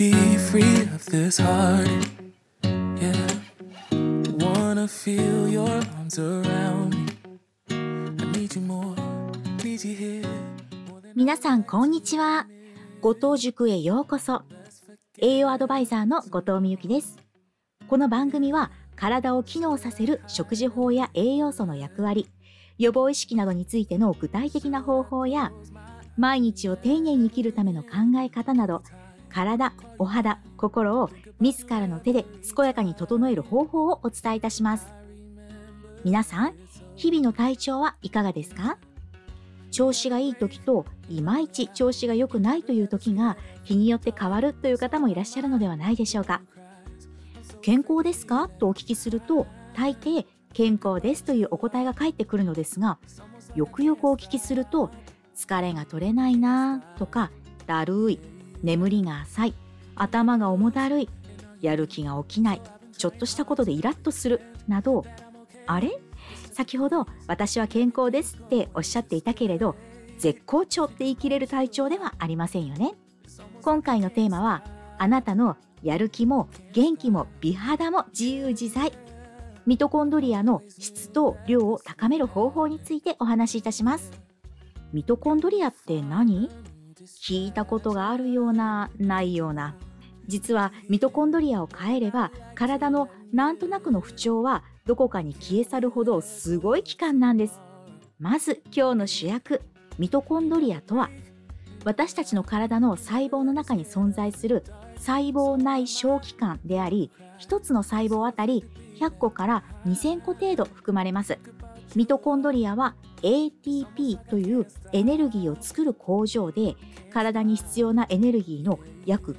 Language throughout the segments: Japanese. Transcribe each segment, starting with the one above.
be free of this heart. Yeah, wanna feel your arms around me. I need you more, need you here. 皆さんこんにちは。後藤塾へようこそ。栄養アドバイザーの後藤美由紀です。この番組は体を機能させる食事法や栄養素の役割、予防意識などについての具体的な方法や、毎日を丁寧に生きるための考え方など、体、お肌、心を自らの手で健やかに整える方法をお伝えいたします。皆さん、日々の体調はいかがですか？調子がいい時といまいち調子が良くないという時が日によって変わるという方もいらっしゃるのではないでしょうか。健康ですかとお聞きすると、大抵健康ですというお答えが返ってくるのですが、よくよくお聞きすると、疲れが取れないなとか、だるい、眠りが浅い、頭が重だるい、やる気が起きない、ちょっとしたことでイラッとするなど、あれ？先ほど私は健康ですっておっしゃっていたけれど、絶好調って言い切れる体調ではありませんよね。今回のテーマは、あなたのやる気も元気も美肌も自由自在、ミトコンドリアの質と量を高める方法についてお話しいたします。ミトコンドリアって何？聞いたことがあるような、ないような。実はミトコンドリアを変えれば、体のなんとなくの不調はどこかに消え去るほどすごい器官なんです。まず今日の主役、ミトコンドリアとは、私たちの体の細胞の中に存在する細胞内小器官であり、一つの細胞あたり100個から2000個程度含まれます。ミトコンドリアは ATP というエネルギーを作る工場で、体に必要なエネルギーの約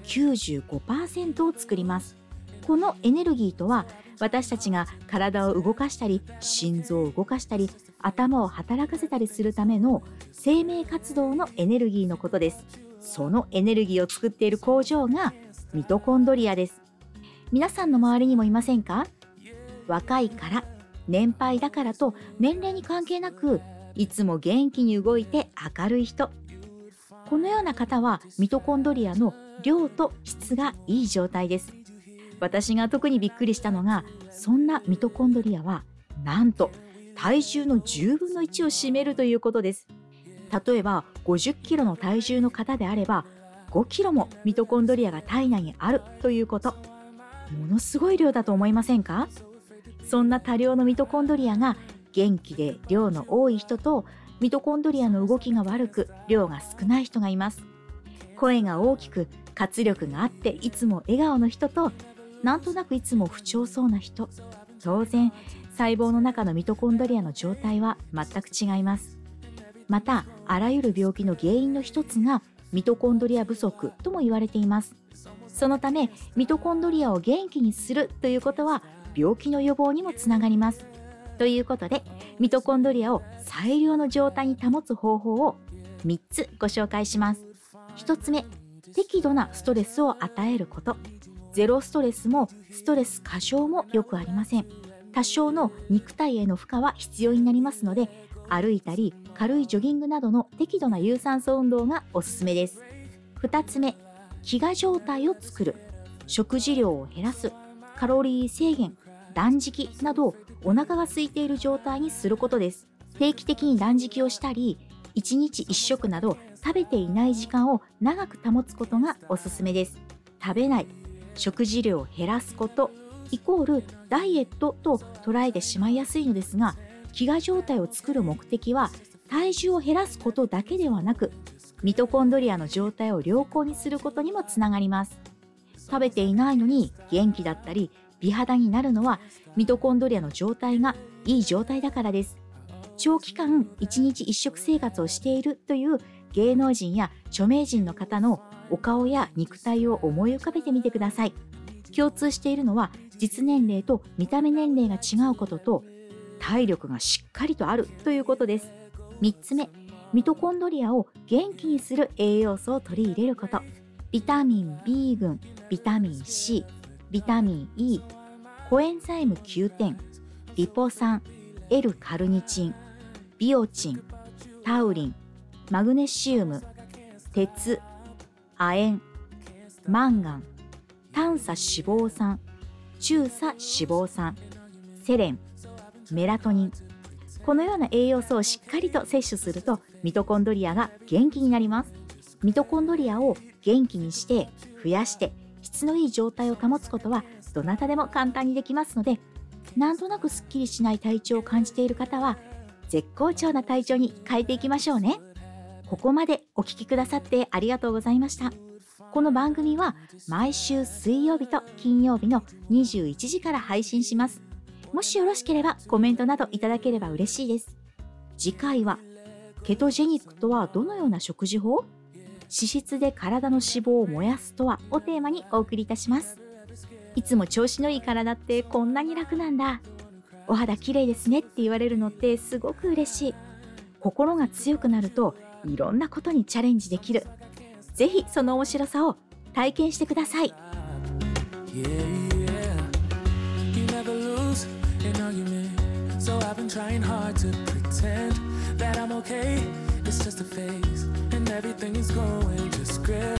95% を作ります。このエネルギーとは、私たちが体を動かしたり、心臓を動かしたり、頭を働かせたりするための生命活動のエネルギーのことです。そのエネルギーを作っている工場がミトコンドリアです。皆さんの周りにもいませんか？若いから、年配だからと年齢に関係なく、いつも元気に動いて明るい人。このような方はミトコンドリアの量と質がいい状態です。私が特にびっくりしたのが、そんなミトコンドリアはなんと体重の10分の1を占めるということです。例えば50キロの体重の方であれば、5キロもミトコンドリアが体内にあるということ。ものすごい量だと思いませんか？そんな多量のミトコンドリアが元気で量の多い人と、ミトコンドリアの動きが悪く量が少ない人がいます。声が大きく活力があっていつも笑顔の人と、なんとなくいつも不調そうな人。当然細胞の中のミトコンドリアの状態は全く違います。また、あらゆる病気の原因の一つがミトコンドリア不足とも言われています。そのためミトコンドリアを元気にするということは、病気の予防にもつながります。ということで、ミトコンドリアを最良の状態に保つ方法を3つご紹介します。1つ目、適度なストレスを与えること。ゼロストレスもストレス過剰もよくありません。多少の肉体への負荷は必要になりますので、歩いたり軽いジョギングなどの適度な有酸素運動がおすすめです。2つ目、飢餓状態を作る。食事量を減らす、カロリー制限、断食などお腹が空いている状態にすることです。定期的に断食をしたり、1日1食など食べていない時間を長く保つことがおすすめです。食べない、食事量を減らすことイコールダイエットと捉えてしまいやすいのですが、飢餓状態を作る目的は体重を減らすことだけではなく、ミトコンドリアの状態を良好にすることにもつながります。食べていないのに元気だったり美肌になるのは、ミトコンドリアの状態がいい状態だからです。長期間1日1食生活をしているという芸能人や著名人の方のお顔や肉体を思い浮かべてみてください。共通しているのは、実年齢と見た目年齢が違うことと、体力がしっかりとあるということです。3つ目、ミトコンドリアを元気にする栄養素を取り入れること。ビタミン B 群、ビタミン C、ビタミン E、コエンザイム9点、リポ酸、L カルニチン、ビオチン、タウリン、マグネシウム、鉄、亜鉛、マンガン、 短鎖脂肪酸、中鎖脂肪酸、セレン、メラトニン、このような栄養素をしっかりと摂取するとミトコンドリアが元気になります。ミトコンドリアを元気にして増やして質のいい状態を保つことはどなたでも簡単にできますので、なんとなくすっきりしない体調を感じている方は絶好調な体調に変えていきましょうね。ここまでお聞きくださってありがとうございました。この番組は毎週水曜日と金曜日の21時から配信します。もしよろしければコメントなどいただければ嬉しいです。次回はケトジェニックとはどのような食事法？脂質で体の脂肪を燃やすとはをテーマにお送りいたします。いつも調子のいい体ってこんなに楽なんだ。お肌綺麗ですねって言われるのってすごく嬉しい。心が強くなるといろんなことにチャレンジできる。ぜひその面白さを体験してください。 An argument, so I've been trying hard to pretend that I'm okay. It's just a phase, and everything is going just great.